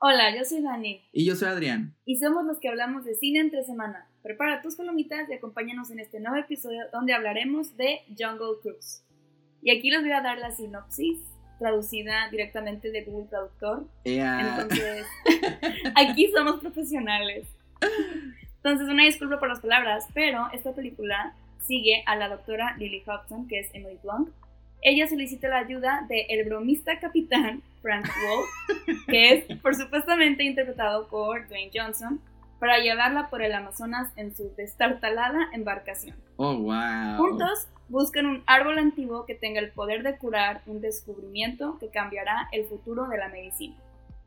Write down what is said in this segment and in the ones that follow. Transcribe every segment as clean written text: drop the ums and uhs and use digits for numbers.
Hola, yo soy Dani. Y yo soy Adrián. Y somos los que hablamos de cine entre semana. Prepara tus palomitas y acompáñanos en este nuevo episodio donde hablaremos de Jungle Cruise. Y aquí les voy a dar la sinopsis, traducida directamente de Google Traductor. Entonces, aquí somos profesionales. Entonces, una disculpa por las palabras, pero esta película sigue a la doctora Lily Hobson, que es Emily Blunt. Ella solicita la ayuda del bromista capitán Frank Wolf, que es por supuestamente interpretado por Dwayne Johnson, para llevarla por el Amazonas en su destartalada embarcación. Oh, wow. Juntos buscan un árbol antiguo que tenga el poder de curar un descubrimiento que cambiará el futuro de la medicina.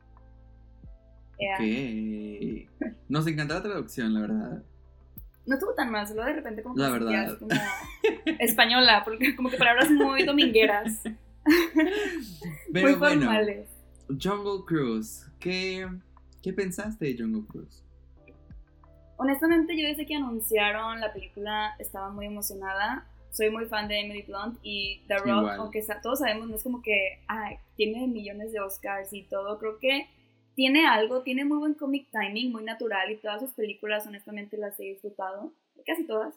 Okay. Nos encanta la traducción, la verdad. No estuvo tan mal, solo de repente como que la verdad como española, porque como que palabras muy domingueras. Pero muy formales. Bueno, Jungle Cruise, ¿qué pensaste de Jungle Cruise? Honestamente, yo desde que anunciaron la película estaba muy emocionada. Soy muy fan de Emily Blunt y The Rock, Igual. aunque todos sabemos, no es como que tiene millones de Oscars y todo. Creo que tiene muy buen comic timing, muy natural, y todas sus películas honestamente las he disfrutado, casi todas.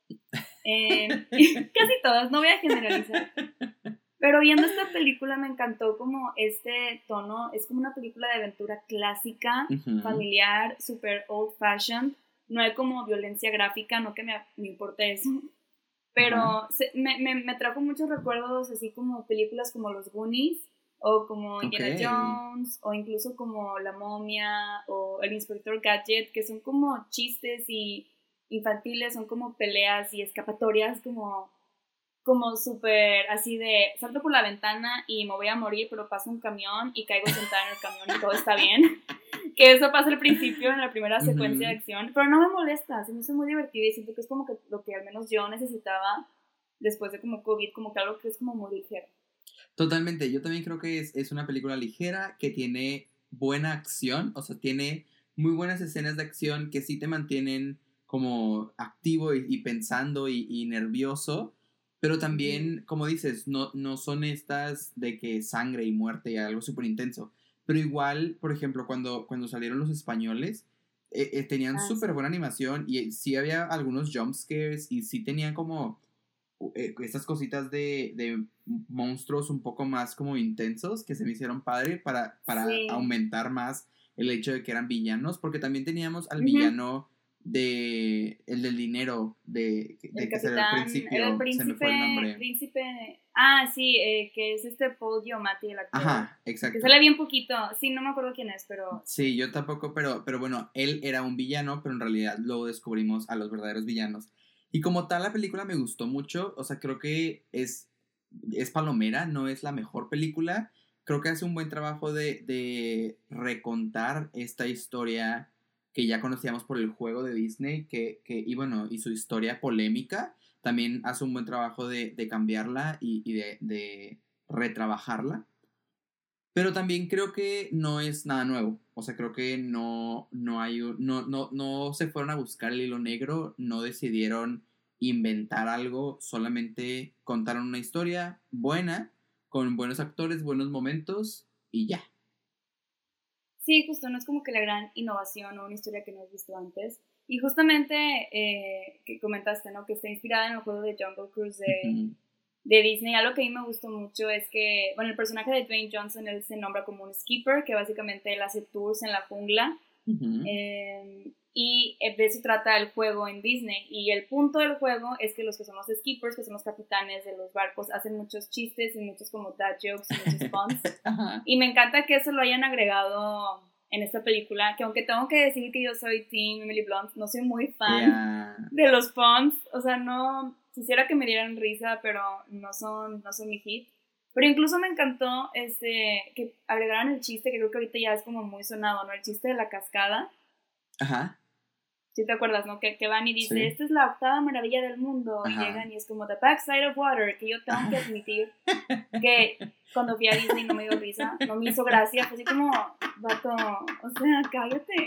Casi todas, no voy a generalizar. Pero viendo esta película me encantó como este tono, es como una película de aventura clásica, familiar, super old fashioned. No hay como violencia gráfica, no que me importe eso, pero me trajo muchos recuerdos, así como películas como Los Goonies, o como Indiana Jones, o incluso como La Momia, o El Inspector Gadget, que son como chistes y infantiles, son como peleas y escapatorias como súper así de salto por la ventana y me voy a morir, pero pasa un camión y caigo sentada en el camión y todo está bien. Que eso pasa al principio en la primera secuencia de acción, pero no me molesta, se me hace muy divertido y siento que es como que lo que al menos yo necesitaba después de como COVID, como que algo que es como muy ligero. Totalmente, yo también creo que es una película ligera que tiene buena acción, o sea, tiene muy buenas escenas de acción que sí te mantienen como activo y pensando y nervioso, pero también, como dices, no son estas de que sangre y muerte y algo súper intenso, pero igual, por ejemplo, cuando salieron los españoles, tenían súper buena animación y sí había algunos jump scares y sí tenían como estas cositas de monstruos un poco más como intensos que se me hicieron padre para aumentar más el hecho de que eran villanos, porque también teníamos al villano el del dinero de que salió al principio, el príncipe, se me fue el nombre. Que es Paul Giamatti, el actor. Ajá, exacto. Que sale bien poquito, sí, no me acuerdo quién es, pero... Sí, yo tampoco, pero bueno, él era un villano, pero en realidad luego descubrimos a los verdaderos villanos. Y como tal, la película me gustó mucho, o sea, creo que es palomera, no es la mejor película. Creo que hace un buen trabajo de recontar esta historia que ya conocíamos por el juego de Disney, y su historia polémica. También hace un buen trabajo de cambiarla y de retrabajarla. Pero también creo que no es nada nuevo. O sea, creo que no se fueron a buscar el hilo negro, no decidieron inventar algo, solamente contaron una historia buena, con buenos actores, buenos momentos y ya. Sí, justo, no es como que la gran innovación o una historia que no has visto antes. Y justamente que comentaste, ¿no? Que está inspirada en el juego de Jungle Cruise de Disney. Algo que a mí me gustó mucho es que, bueno, el personaje de Dwayne Johnson, él se nombra como un skipper, que básicamente él hace tours en la jungla. Y de eso trata el juego en Disney. Y el punto del juego es que los que son los skippers, que son los capitanes de los barcos, hacen muchos chistes y muchos como dad jokes y muchos puns. Y me encanta que eso lo hayan agregado en esta película, que aunque tengo que decir que yo soy team Emily Blunt, no soy muy fan de los puns. O sea, no quisiera que me dieran risa, pero no son mi hit. Pero incluso me encantó que agregaran el chiste, que creo que ahorita ya es como muy sonado, ¿no? El chiste de la cascada. Ajá. ¿Sí te acuerdas, no? Que van y dice, sí. Esta es la octava maravilla del mundo. Ajá. Y llegan y es como the backside of water, que yo tengo que admitir que cuando fui a Disney no me dio risa, no me hizo gracia, fue así como, vato, o sea, cállate.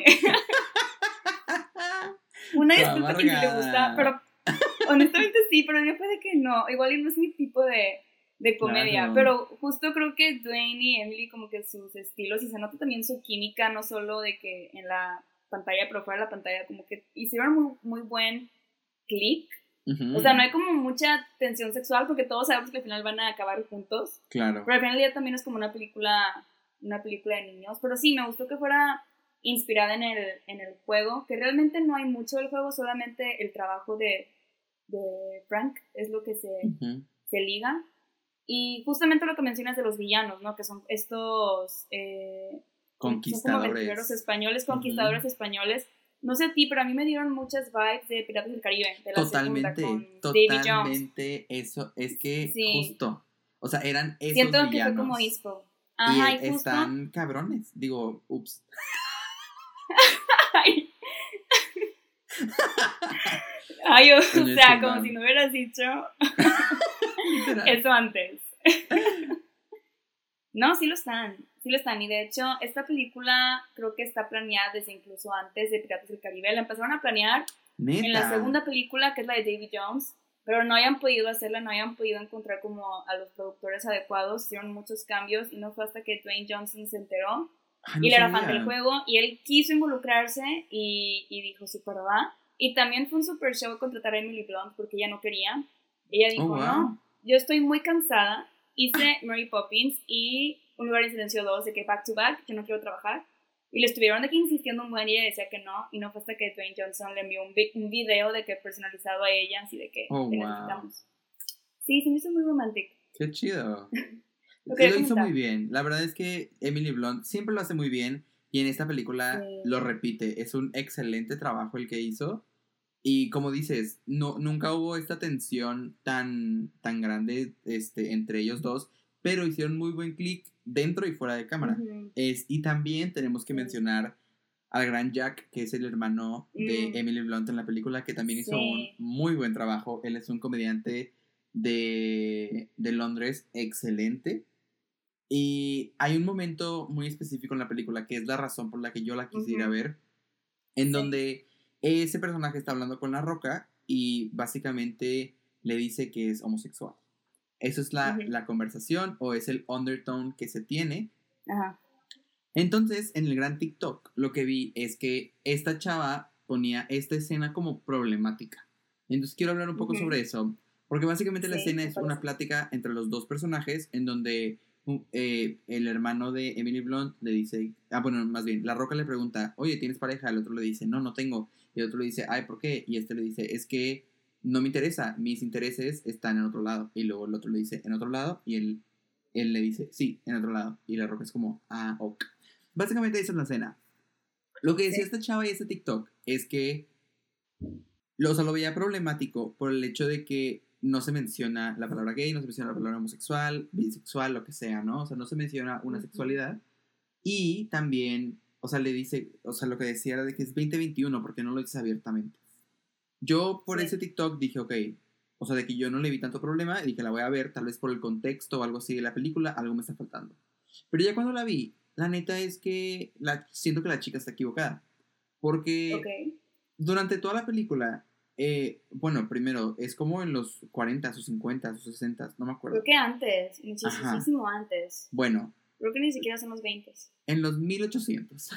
Una disculpa que si te gusta, pero honestamente sí, pero yo puede que no, igual no es mi tipo de de comedia, Claro. pero justo creo que Dwayne y Emily como que sus estilos, y se nota también su química, no solo de que en la pantalla, pero fuera de la pantalla, como que hicieron muy buen click. O sea, no hay como mucha tensión sexual porque todos sabemos que al final van a acabar juntos. Claro. Pero al final del día también es como una película de niños. Pero sí, me gustó que fuera inspirada en el juego, que realmente no hay mucho del juego, solamente el trabajo de Frank es lo que se liga. Y justamente lo que mencionas de los villanos, ¿no? Que son estos conquistadores. Son como aventureros españoles, conquistadores españoles. No sé a ti, pero a mí me dieron muchas vibes de Piratas del Caribe, de la segunda, con Davy Jones. Totalmente, eso, es que justo, o sea, eran esos Siento villanos. Que fue como Ispo. Ajá, y están cabrones, digo, ups. Ay, o sea, como si no hubieras dicho eso antes. No, sí lo están, y de hecho, esta película creo que está planeada desde incluso antes de Piratas del Caribe. La empezaron a planear en la segunda película, que es la de Davy Jones, pero no hayan podido hacerla, no hayan podido encontrar como a los productores adecuados, hicieron muchos cambios, y no fue hasta que Dwayne Johnson se enteró, y él era fan del juego, y él quiso involucrarse, y dijo, super va, y también fue un super show contratar a Emily Blunt, porque ella no quería, ella dijo, no, yo estoy muy cansada, hice Mary Poppins y Un lugar en silencio 2, de que back to back, yo no quiero trabajar. Y le estuvieron de que insistiendo un buen y ella decía que no. Y no fue hasta que Dwayne Johnson le envió un video de que personalizado a ella, así de que te necesitamos. Sí, se me hizo muy romántico. Qué chido. Lo hizo muy bien. La verdad es que Emily Blunt siempre lo hace muy bien. Y en esta película lo repite. Es un excelente trabajo el que hizo. Y como dices, nunca hubo esta tensión tan grande entre ellos dos, pero hicieron muy buen click dentro y fuera de cámara. Y también tenemos que mencionar al gran Jack, que es el hermano de Emily Blunt en la película, que también hizo un muy buen trabajo. Él es un comediante de Londres excelente. Y hay un momento muy específico en la película, que es la razón por la que yo la quisiera ver, en donde ese personaje está hablando con La Roca y básicamente le dice que es homosexual. Eso es la conversación, o es el undertone que se tiene. Ajá. Entonces, en el gran TikTok, lo que vi es que esta chava ponía esta escena como problemática. Entonces quiero hablar un poco sobre eso, porque básicamente la escena es una plática entre los dos personajes, en donde el hermano de Emily Blunt le dice, más bien, La Roca le pregunta, oye, ¿tienes pareja? El otro le dice, no tengo. Y el otro le dice, ay, ¿por qué? Y este le dice, es que no me interesa, mis intereses están en otro lado. Y luego el otro le dice, ¿en otro lado? Y él le dice, sí, en otro lado. Y La Roca es como, ok. Básicamente esa es la escena. Lo que decía esta chava y este TikTok es que lo veía problemático por el hecho de que no se menciona la palabra gay, no se menciona la palabra homosexual, bisexual, lo que sea, ¿no? O sea, no se menciona una sexualidad. Y también, o sea, le dice, o sea, lo que decía era de que es 2021, porque no lo dices abiertamente. Yo por ese TikTok dije, ok, o sea, de que yo no le vi tanto problema, y dije, la voy a ver, tal vez por el contexto o algo así de la película, algo me está faltando. Pero ya cuando la vi, la neta es que siento que la chica está equivocada. Porque durante toda la película, bueno, primero, es como en los 40 o 50 o 60, no me acuerdo. Creo que antes, muchísimo antes. Bueno. Creo que ni siquiera son los 20. En los 1800.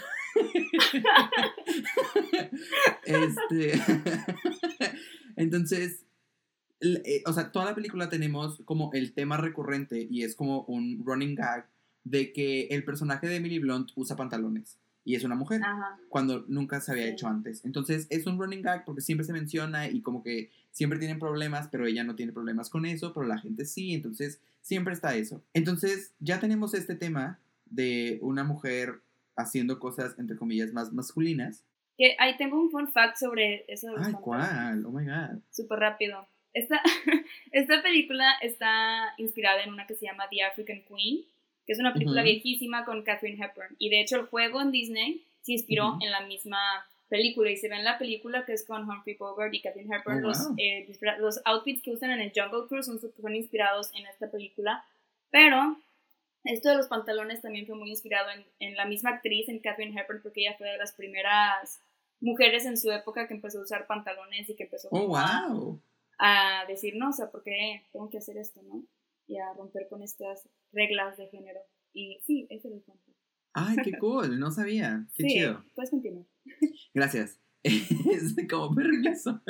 Entonces, o sea, toda la película tenemos como el tema recurrente, y es como un running gag de que el personaje de Emily Blunt usa pantalones y es una mujer, cuando nunca se había hecho antes. Entonces es un running gag porque siempre se menciona y como que siempre tienen problemas, pero ella no tiene problemas con eso, pero la gente sí, entonces siempre está eso. Entonces ya tenemos este tema de una mujer haciendo cosas entre comillas más masculinas. Que ahí tengo un fun fact sobre eso de los pantalones. ¿Cuál? Oh my god. Súper rápido. Esta película está inspirada en una que se llama The African Queen, que es una película viejísima con Katharine Hepburn. Y de hecho el juego en Disney se inspiró en la misma película. Y se ve en la película que es con Humphrey Bogart y Katharine Hepburn. Los outfits que usan en el Jungle Cruise son inspirados en esta película. Pero esto de los pantalones también fue muy inspirado en la misma actriz, en Katharine Hepburn, porque ella fue de las primeras mujeres en su época que empezó a usar pantalones y que empezó a decir, no, o sea, ¿por qué tengo que hacer esto, no? y a romper con estas reglas de género. Y sí, ese es el punto. Ay, qué cool, no sabía. Qué sí, chido. Puedes continuar. Gracias. Es como permiso.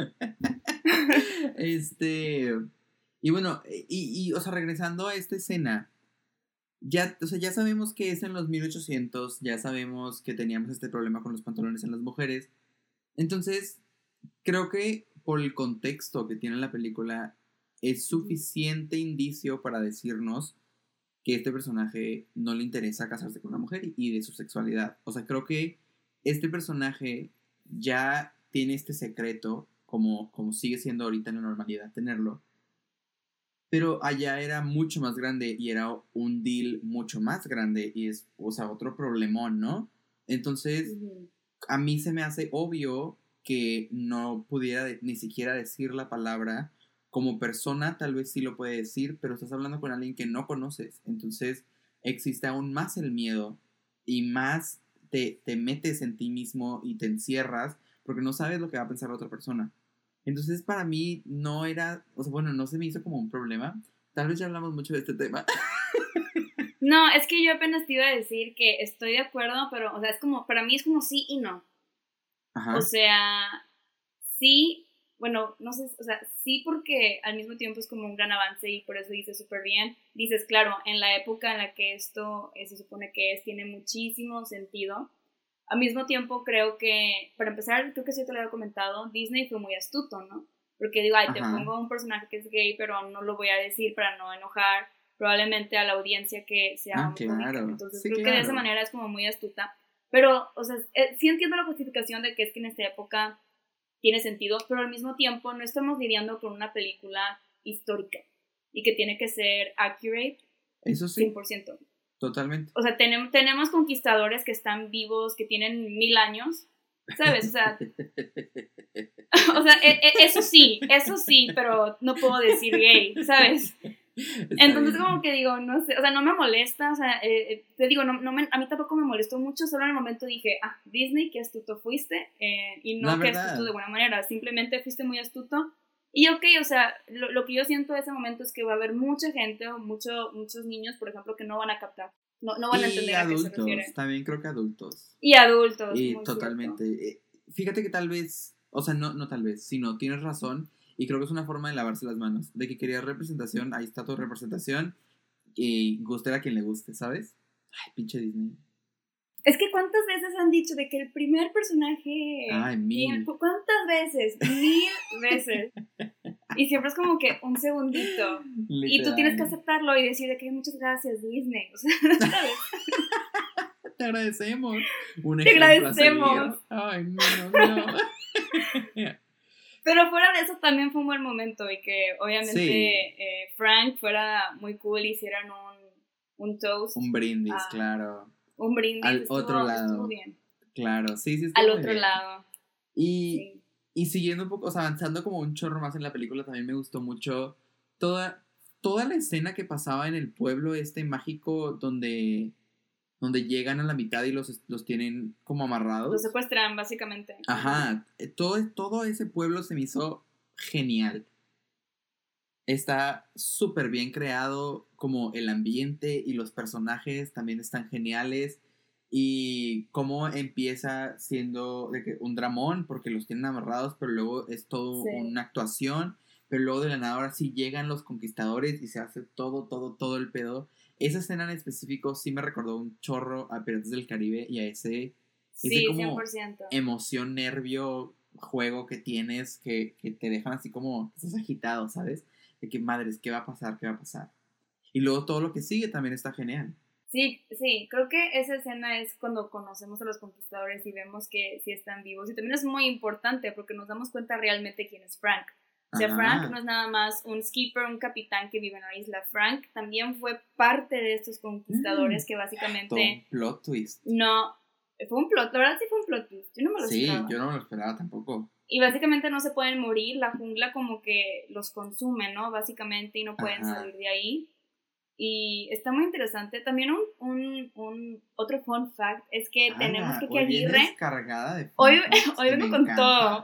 Y bueno, o sea, regresando a esta escena, ya, o sea, ya sabemos que es en los 1800, ya sabemos que teníamos este problema con los pantalones en las mujeres. Entonces, creo que por el contexto que tiene la película, es suficiente indicio para decirnos que este personaje no le interesa casarse con una mujer y de su sexualidad. O sea, creo que este personaje ya tiene este secreto, como sigue siendo ahorita en la normalidad tenerlo, pero allá era mucho más grande y era un deal mucho más grande y es, o sea, otro problemón, ¿no? Entonces, a mí se me hace obvio que no pudiera ni siquiera decir la palabra. Como persona tal vez sí lo puede decir, pero estás hablando con alguien que no conoces. Entonces existe aún más el miedo y más te metes en ti mismo y te encierras porque no sabes lo que va a pensar la otra persona. Entonces para mí no era, o sea, bueno, no se me hizo como un problema. Tal vez ya hablamos mucho de este tema. No, es que yo apenas te iba a decir que estoy de acuerdo, pero, o sea, es como, para mí es como sí y no. Ajá. O sea, sí, bueno, no sé, o sea, sí porque al mismo tiempo es como un gran avance y por eso dices súper bien. Dices, claro, en la época en la que esto se supone que es, tiene muchísimo sentido. Al mismo tiempo creo que, para empezar, creo que sí te lo había comentado, Disney fue muy astuto, ¿no? Porque digo, ay, te pongo un personaje que es gay, pero no lo voy a decir para no enojar probablemente a la audiencia que sea homofóbica. Claro. Entonces Sí, creo que de esa manera es como muy astuta. Pero, o sea, sí entiendo la justificación de que es que en esta época tiene sentido, pero al mismo tiempo no estamos lidiando con una película histórica y que tiene que ser accurate. Eso sí. 100%. Totalmente. O sea, tenemos conquistadores que están vivos, que tienen 1000 años, ¿sabes? O sea, eso sí, pero no puedo decir gay, ¿sabes? Entonces bien. Como que digo, no sé, o sea, no me molesta, o sea, te digo, a mí tampoco me molestó mucho, solo en el momento dije, Disney, qué astuto fuiste, y no que astuto de buena manera, simplemente fuiste muy astuto, y ok, o sea, lo que yo siento en ese momento es que va a haber mucha gente, o muchos niños, por ejemplo, que no van a captar, no van a entender a qué se refiere. Y también creo que adultos. Y adultos, y muy totalmente. Fíjate que tal vez, o sea, no tal vez, sino tienes razón. Y creo que es una forma de lavarse las manos. De que querías representación, ahí está tu representación. Y guste a quien le guste, ¿sabes? Ay, pinche Disney. Es que ¿cuántas veces han dicho de que el primer personaje... Ay, 1000. ¿Cuántas veces? 1000 veces. Y siempre es como que un segundito. Literal. Y tú tienes que aceptarlo y decir de que muchas gracias, Disney. O sea, ¿sabes? Te agradecemos. Te agradecemos. Ay, no. Pero fuera de eso también fue un buen momento y que obviamente sí. Frank fuera muy cool y hicieran un toast. Un brindis, claro. Un brindis. Al otro lado. Estuvo bien. Claro, sí. Al otro lado. Y siguiendo un poco, o sea, avanzando como un chorro más en la película, también me gustó mucho toda la escena que pasaba en el pueblo mágico donde llegan a la mitad y los tienen como amarrados. Los secuestran, básicamente. Ajá. Todo ese pueblo se me hizo genial. Está súper bien creado, como el ambiente y los personajes también están geniales. Y cómo empieza siendo un dramón, porque los tienen amarrados, pero luego es todo una actuación. Pero luego de la nada ahora sí llegan los conquistadores y se hace todo el pedo. Esa escena en específico sí me recordó un chorro a Piratas del Caribe y a ese como 100%. Emoción, nervio, juego que tienes que te dejan así como estás agitado, ¿sabes? De que madres, ¿qué va a pasar? Y luego todo lo que sigue también está genial. Sí, creo que esa escena es cuando conocemos a los conquistadores y vemos que sí están vivos. Y también es muy importante porque nos damos cuenta realmente quién es Frank. O sea, Frank no es nada más un skipper, un capitán que vive en la isla. Frank también fue parte de estos conquistadores que básicamente... Plot twist. No, fue un plot, la verdad sí fue un plot twist. Yo no me lo esperaba. Sí, yo no me lo esperaba tampoco. Y básicamente no se pueden morir, la jungla como que los consume, ¿no? Básicamente, y no pueden salir de ahí. Y está muy interesante. También un otro fun fact es que tenemos que Aguirre... Cargada de hoy vengo con todo.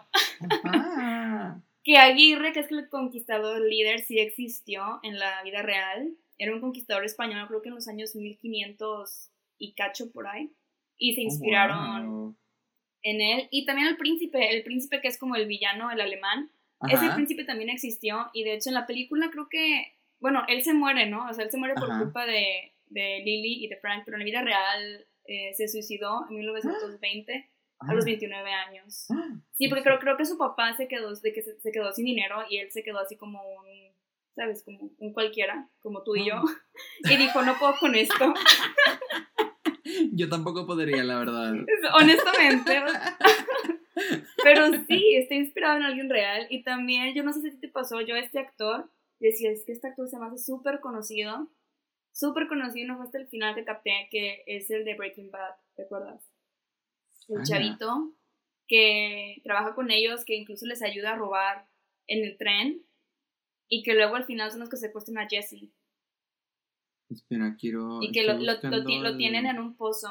Que Aguirre, que es el conquistador líder, sí existió en la vida real. era un conquistador español, creo que en los años 1500 y cacho por ahí, y se inspiraron en él. Y también el príncipe que es como el villano, el alemán, ese príncipe también existió, y de hecho en la película creo que, bueno, él se muere, ¿no? O sea, él se muere por culpa de Lily y de Frank, pero en la vida real se suicidó en 1920 a los 29 años. Sí, porque creo que su papá se quedó sin dinero, y él se quedó así como ¿sabes? Como un cualquiera, como tú y yo. Y dijo, no puedo con esto. Yo tampoco podría, la verdad. Honestamente. Pero sí, está inspirado en alguien real. Y también, yo no sé si te pasó, yo este actor, decía, es que este actor se me hace súper conocido, y no fue hasta el final que capté que es el de Breaking Bad, ¿te acuerdas? El chavito que trabaja con ellos, que incluso les ayuda a robar en el tren, y que luego al final son los que secuestran a Jesse. Espera, quiero... Y que lo tienen en un pozo.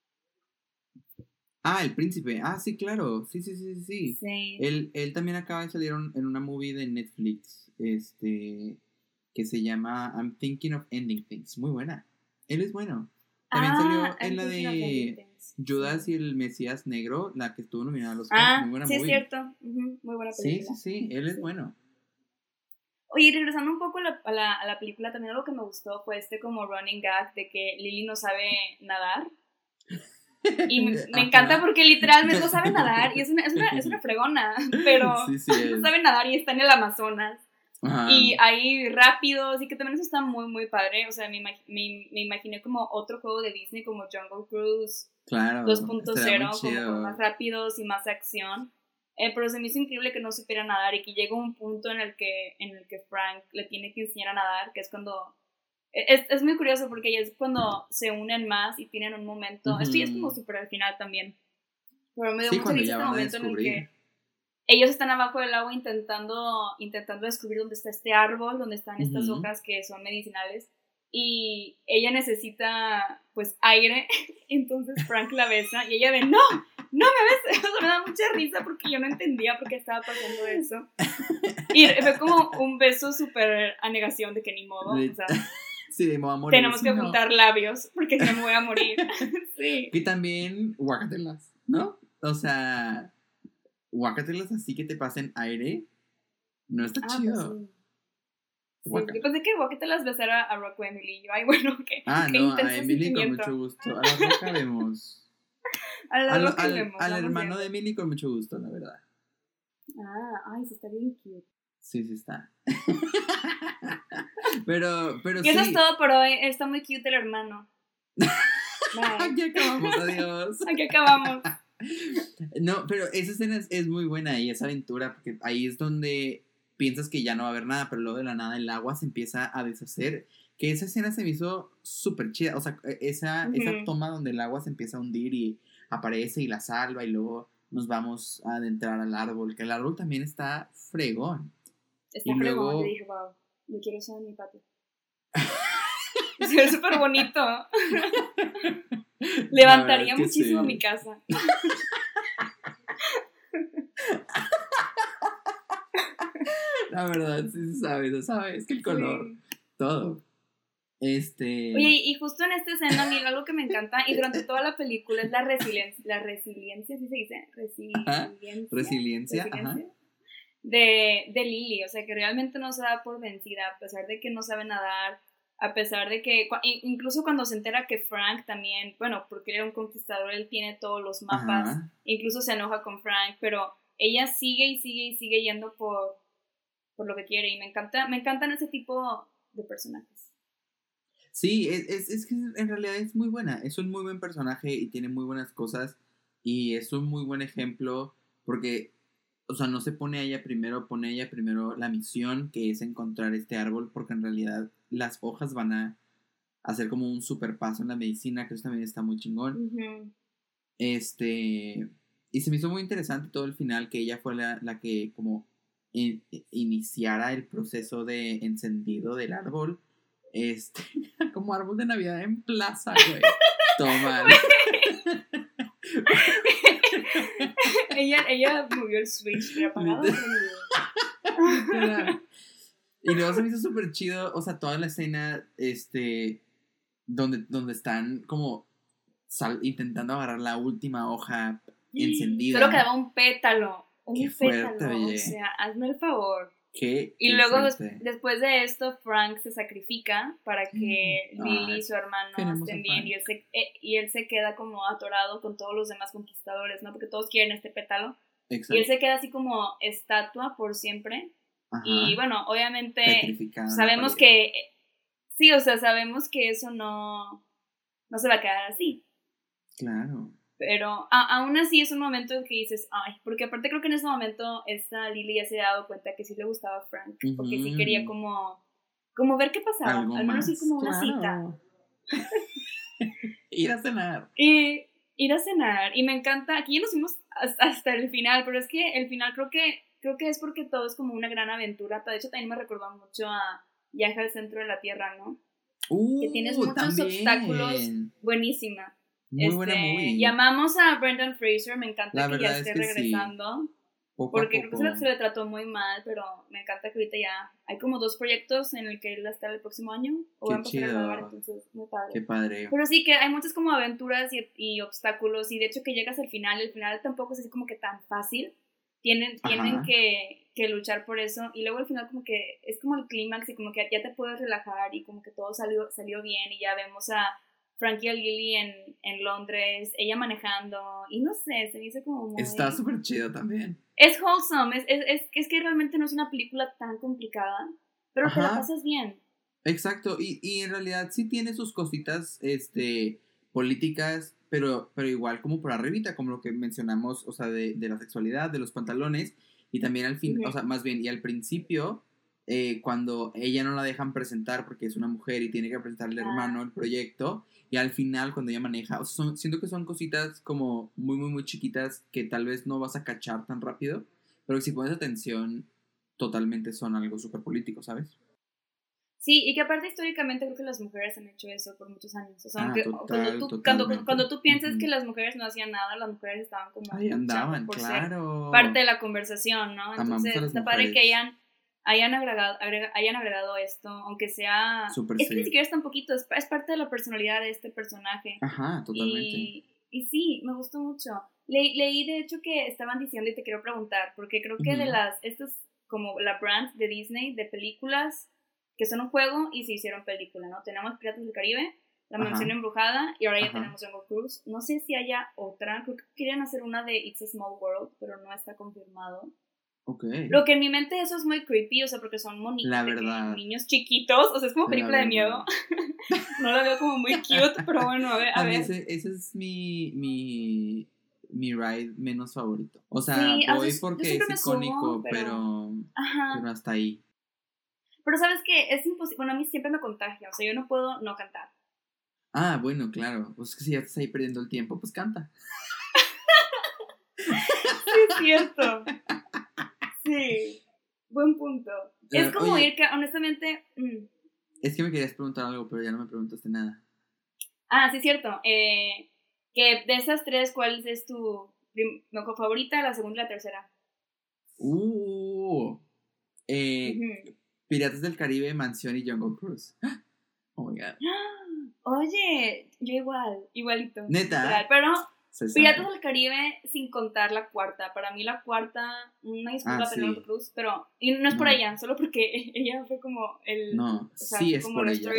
El príncipe. Sí, claro. Sí. Él también acaba de salir en una movie de Netflix, que se llama I'm Thinking of Ending Things. Muy buena. Él es bueno. También salió en la de Judas y el Mesías Negro, la que estuvo nominada a los Oscar. Muy buena movie. Sí, es cierto. Muy buena película. Sí. Él es bueno. Oye, regresando un poco a la película, también algo que me gustó fue como running gag de que Lily no sabe nadar. Y me encanta porque literalmente no sabe nadar, y es una fregona, pero no sabe nadar y está en el Amazonas. Y hay rápidos, y que también eso está muy, muy padre. O sea, me imaginé como otro juego de Disney como Jungle Cruise 2.0, como con más rápidos y más acción. Pero se me hizo increíble que no supiera nadar, y que llega un punto en el que Frank le tiene que enseñar a nadar, que es cuando... Es muy curioso porque ya es cuando se unen más y tienen un momento... Esto ya es como súper al final también. Pero me dio mucha risa este momento en el que ellos están abajo del agua intentando descubrir dónde está este árbol, dónde están estas hojas que son medicinales. Y ella necesita, pues, aire. Entonces Frank la besa y ella no me beses. O sea, me da mucha risa porque yo no entendía por qué estaba pasando eso. Y fue como un beso súper a negación de que ni modo. O sea, sí, me voy a morir. Tenemos que juntar labios porque si no me voy a morir. Sí. Y también guácatelas, ¿no? O sea, guácatelas así que te pasen aire. No está chido. Pues sí. Yo pensé que guácatelas besara a Rocco Emily. Yo, bueno, qué no, a Emily con mucho gusto. A la Roca vemos. Al hermano de Emily con mucho gusto, la verdad. Sí, está bien cute. Sí está. pero y sí. Eso es todo por hoy. Está muy cute el hermano. Aquí acabamos, adiós. Aquí acabamos. No, pero esa escena es muy buena, y esa aventura, porque ahí es donde piensas que ya no va a haber nada, pero luego de la nada el agua se empieza a deshacer. Que esa escena se me hizo súper chida. O sea, esa toma donde el agua se empieza a hundir y aparece y la salva, y luego nos vamos a adentrar al árbol, que el árbol también está fregón. Está fregón, luego... yo dije, wow, yo quiero eso en mi patio. Es súper bonito. Levantaría muchísimo mi casa. La verdad, sí se sabe, es que el color, todo. Oye, y justo en esta escena, a mí algo que me encanta, y durante toda la película, es la resiliencia, ¿sí se dice? Resiliencia. De Lily, o sea, que realmente no se da por vencida, a pesar de que no sabe nadar, a pesar de que, incluso cuando se entera que Frank también, bueno, porque él era un conquistador, él tiene todos los mapas, incluso se enoja con Frank, pero ella sigue yendo por lo que quiere, y me encantan ese tipo de personajes. Sí, es que en realidad es muy buena, es un muy buen personaje y tiene muy buenas cosas, y es un muy buen ejemplo porque, o sea, no se pone a ella primero, pone a ella primero la misión, que es encontrar este árbol, porque en realidad las hojas van a hacer como un super paso en la medicina, que eso también está muy chingón. Y se me hizo muy interesante todo el final, que ella fue la que como iniciara el proceso de encendido del árbol. Como árbol de Navidad en plaza, güey. Toma. ella movió el switch, pero apagado. Y luego se me hizo súper chido, o sea, toda la escena, donde están como intentando agarrar la última hoja encendida. Solo quedaba un pétalo. Qué fuerte, pétalo. O sea, hazme el favor. Qué luego, después de esto, Frank se sacrifica para que Lily y su hermano estén bien. Y él se queda como atorado con todos los demás conquistadores, ¿no? Porque todos quieren este pétalo. Exacto. Y él se queda así como estatua por siempre. Ajá. Y bueno, obviamente sabemos que... Sí, o sea, sabemos que eso no se va a quedar así. Claro. Pero aún así es un momento en que dices, ay, porque aparte creo que en ese momento esta Lily ya se había dado cuenta que sí le gustaba a Frank, porque sí quería como ver qué pasaba, al menos ir como una cita. Ir a cenar. Ir a cenar, y me encanta, aquí ya nos fuimos hasta el final, pero es que el final creo que es porque todo es como una gran aventura, de hecho también me recordó mucho a Viaje al centro de la Tierra, ¿no? Que tienes muchos obstáculos, buenísima. Muy buena movie. Llamamos a Brendan Fraser, me encanta que ya esté regresando. Sí. Porque creo que se le trató muy mal, pero me encanta que ahorita ya hay como 2 proyectos en el que él va a estar el próximo año. O van a empezar a grabar, entonces muy padre. Qué padre. Pero sí que hay muchas como aventuras y obstáculos, y de hecho que llegas al final, el final tampoco es así como que tan fácil. Tienen que luchar por eso, y luego al final como que es como el clímax y como que ya te puedes relajar y como que todo salió bien, y ya vemos a Frankie y Lily en Londres, ella manejando, y no sé, se me hizo como muy... Está súper chido también. Es wholesome, es que realmente no es una película tan complicada, pero te la pasas bien. Exacto, y en realidad sí tiene sus cositas, políticas, pero igual como por arribita, como lo que mencionamos, o sea, de la sexualidad, de los pantalones, y también al fin, o sea, más bien, y al principio... cuando ella no la dejan presentar porque es una mujer y tiene que presentarle al hermano el proyecto, y al final cuando ella maneja, o sea, siento que son cositas como muy muy muy chiquitas que tal vez no vas a cachar tan rápido, pero que si pones atención totalmente son algo súper político, ¿sabes? Sí, y que aparte históricamente creo que las mujeres han hecho eso por muchos años. O sea, cuando tú piensas que las mujeres no hacían nada, las mujeres estaban como ahí andaban, por claro, ser parte de la conversación, ¿no? Entonces está padre que hayan agregado esto, aunque sea... Super es que ni siquiera es tan poquito, es parte de la personalidad de este personaje. Ajá, totalmente. Y sí, me gustó mucho. Leí de hecho que estaban diciendo, y te quiero preguntar, porque creo que estas como la brand de Disney, de películas que son un juego y se hicieron película, ¿no? Tenemos Piratas del Caribe, La Mansión Embrujada, y ahora ya tenemos Jungle Cruise. No sé si haya otra, creo que querían hacer una de It's a Small World, pero no está confirmado. Okay. Lo que en mi mente eso es muy creepy, o sea, porque son niños chiquitos, o sea, es como película de miedo. No la veo como muy cute, pero bueno, a ver. Ese es mi ride menos favorito. O sea, sí, voy porque es icónico, pero hasta ahí. Pero sabes que es imposible, bueno, a mí siempre me contagia, o sea, yo no puedo no cantar. Ah, bueno, claro, pues que si ya estás ahí perdiendo el tiempo, pues canta. Sí, es cierto. Sí, buen punto. Es como oye, ir que, honestamente... Es que me querías preguntar algo, pero ya no me preguntaste nada. Ah, sí, es cierto. Que de esas 3, ¿cuál es tu mejor favorita, la segunda y la tercera? Piratas del Caribe, Mansión y Jungle Cruise. Oh my God. Oye, yo igualito. Neta. Literal, pero Piratas del Caribe sin contar la cuarta. Para mí la cuarta, una disculpa Penélope Cruz, pero y no es por ella, solo porque ella fue como el... No, o sea, sí es como por ella.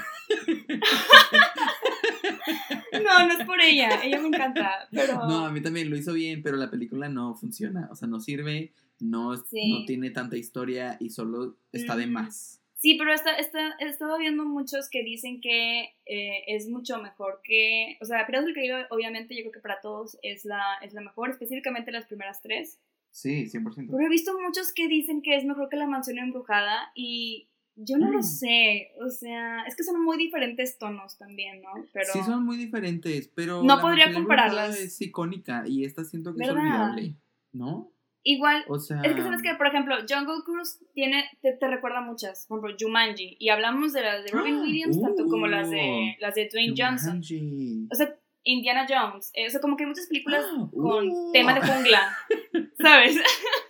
No es por ella me encanta, pero... No, a mí también lo hizo bien, pero la película no funciona, o sea, no sirve, no tiene tanta historia y solo está de más. Sí, pero he estado viendo muchos que dicen que es mucho mejor que... O sea, Piratas del Caribe, obviamente, yo creo que para todos es la mejor, específicamente las primeras 3. Sí, 100%. Pero he visto muchos que dicen que es mejor que La Mansión Embrujada y yo no lo sé. O sea, es que son muy diferentes tonos también, ¿no? Pero sí, son muy diferentes, pero no podría compararlas. Es icónica y esta siento que es olvidable, ¿no? Igual, o sea, es que sabes que, por ejemplo, Jungle Cruise te recuerda muchas, por ejemplo, Jumanji, y hablamos de las de Robin Williams, tanto como las de Dwayne Johnson. O sea, Indiana Jones, o sea, como que hay muchas películas con tema de jungla, ¿sabes?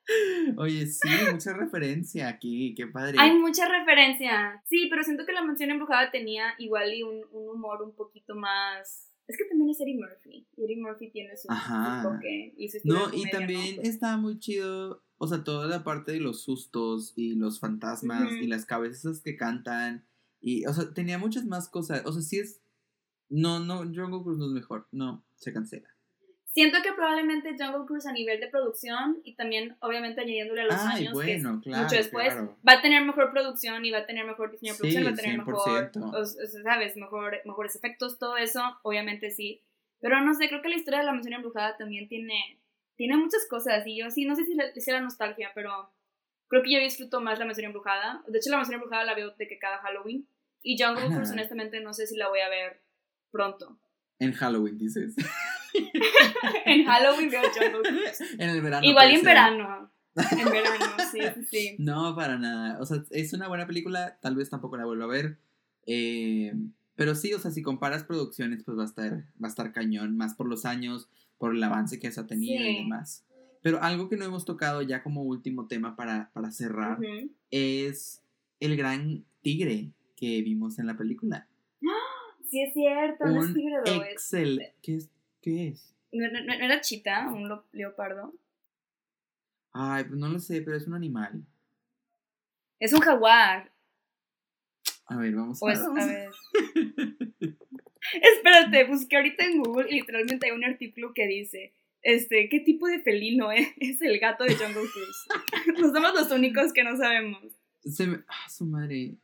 Oye, sí, mucha referencia aquí, qué padre. Hay mucha referencia. Sí, pero siento que La Mansión Embrujada tenía igual y un humor un poquito más... Es que también es Eddie Murphy. Y Eddie Murphy tiene su toque y su estilo de comedia, y también estaba muy chido, o sea, toda la parte de los sustos y los fantasmas y las cabezas que cantan. Y, o sea, tenía muchas más cosas. O sea, sí es... No, Jungle Cruise no es mejor. No, se cancela. Siento que probablemente Jungle Cruise a nivel de producción y también obviamente añadiéndole a los años, bueno, que claro, mucho después, claro. va a tener mejor producción y va a tener mejor diseño de producción, va a tener 100%. mejor, ¿sabes? Mejores efectos, todo eso, obviamente sí. Pero no sé, creo que la historia de La Mansión Embrujada también tiene muchas cosas y yo sí, no sé si era nostalgia, pero creo que yo disfruto más La Mansión Embrujada. De hecho, La Mansión Embrujada la veo de que cada Halloween y Jungle Cruise honestamente no sé si la voy a ver pronto. En Halloween, dices. En Halloween veo Jungle Cruise. En el verano. Igual en verano. En verano, sí. No, para nada. O sea, es una buena película. Tal vez tampoco la vuelva a ver. Pero sí, o sea, si comparas producciones, pues va a estar cañón. Más por los años, por el avance que se ha tenido y demás. Pero algo que no hemos tocado ya como último tema para cerrar es el gran tigre que vimos en la película. Sí, es cierto, no es tigre, ¿Qué es? ¿No era chita? ¿Un leopardo? Ay, pues no lo sé, pero es un animal. Es un jaguar. A ver, vamos a ver. Espérate, busqué ahorita en Google y literalmente hay un artículo que dice ¿qué tipo de felino es el gato de Jungle Cruise? No somos los únicos que no sabemos. Su madre.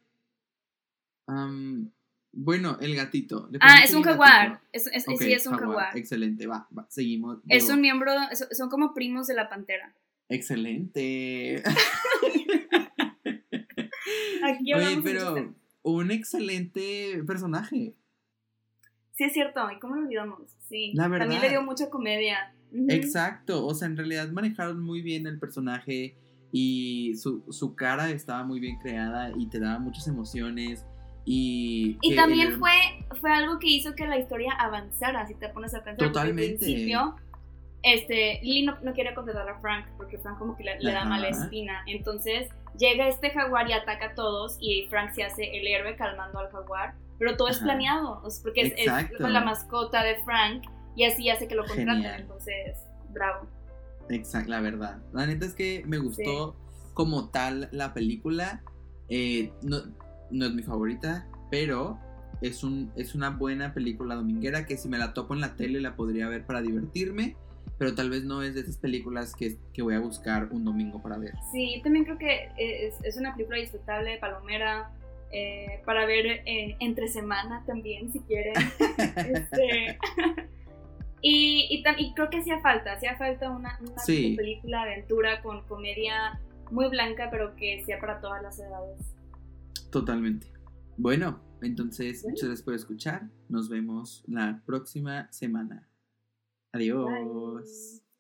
Bueno, el gatito. Es un jaguar. Sí, es un jaguar. Excelente, va, seguimos. Es un miembro, son como primos de la pantera. Excelente. Aquí oye, pero un excelente personaje. Sí, es cierto, ¿y cómo lo olvidamos? Sí, la verdad. También le dio mucha comedia. Exacto, o sea, en realidad manejaron muy bien el personaje y su cara estaba muy bien creada y te daba muchas emociones. Y también fue algo que hizo que la historia avanzara, si te pones a pensar. Totalmente. Porque al principio, Lily no quiere contratar a Frank, porque Frank como que le da mala espina. Entonces llega este jaguar y ataca a todos, y Frank se hace el héroe calmando al jaguar. Pero todo es planeado, porque es con la mascota de Frank, y así hace que lo contraten. Entonces, bravo. Exacto, la verdad. La neta es que me gustó como tal la película. No es mi favorita, pero es una buena película dominguera que si me la topo en la tele la podría ver para divertirme, pero tal vez no es de esas películas que voy a buscar un domingo para ver. Sí, yo también creo que es una película disfrutable, palomera, para ver entre semana también, si quieren. Y creo que hacía falta una película de aventura con comedia muy blanca, pero que sea para todas las edades. Totalmente. Bueno, entonces, muchas gracias por escuchar. Nos vemos la próxima semana. Adiós. Bye.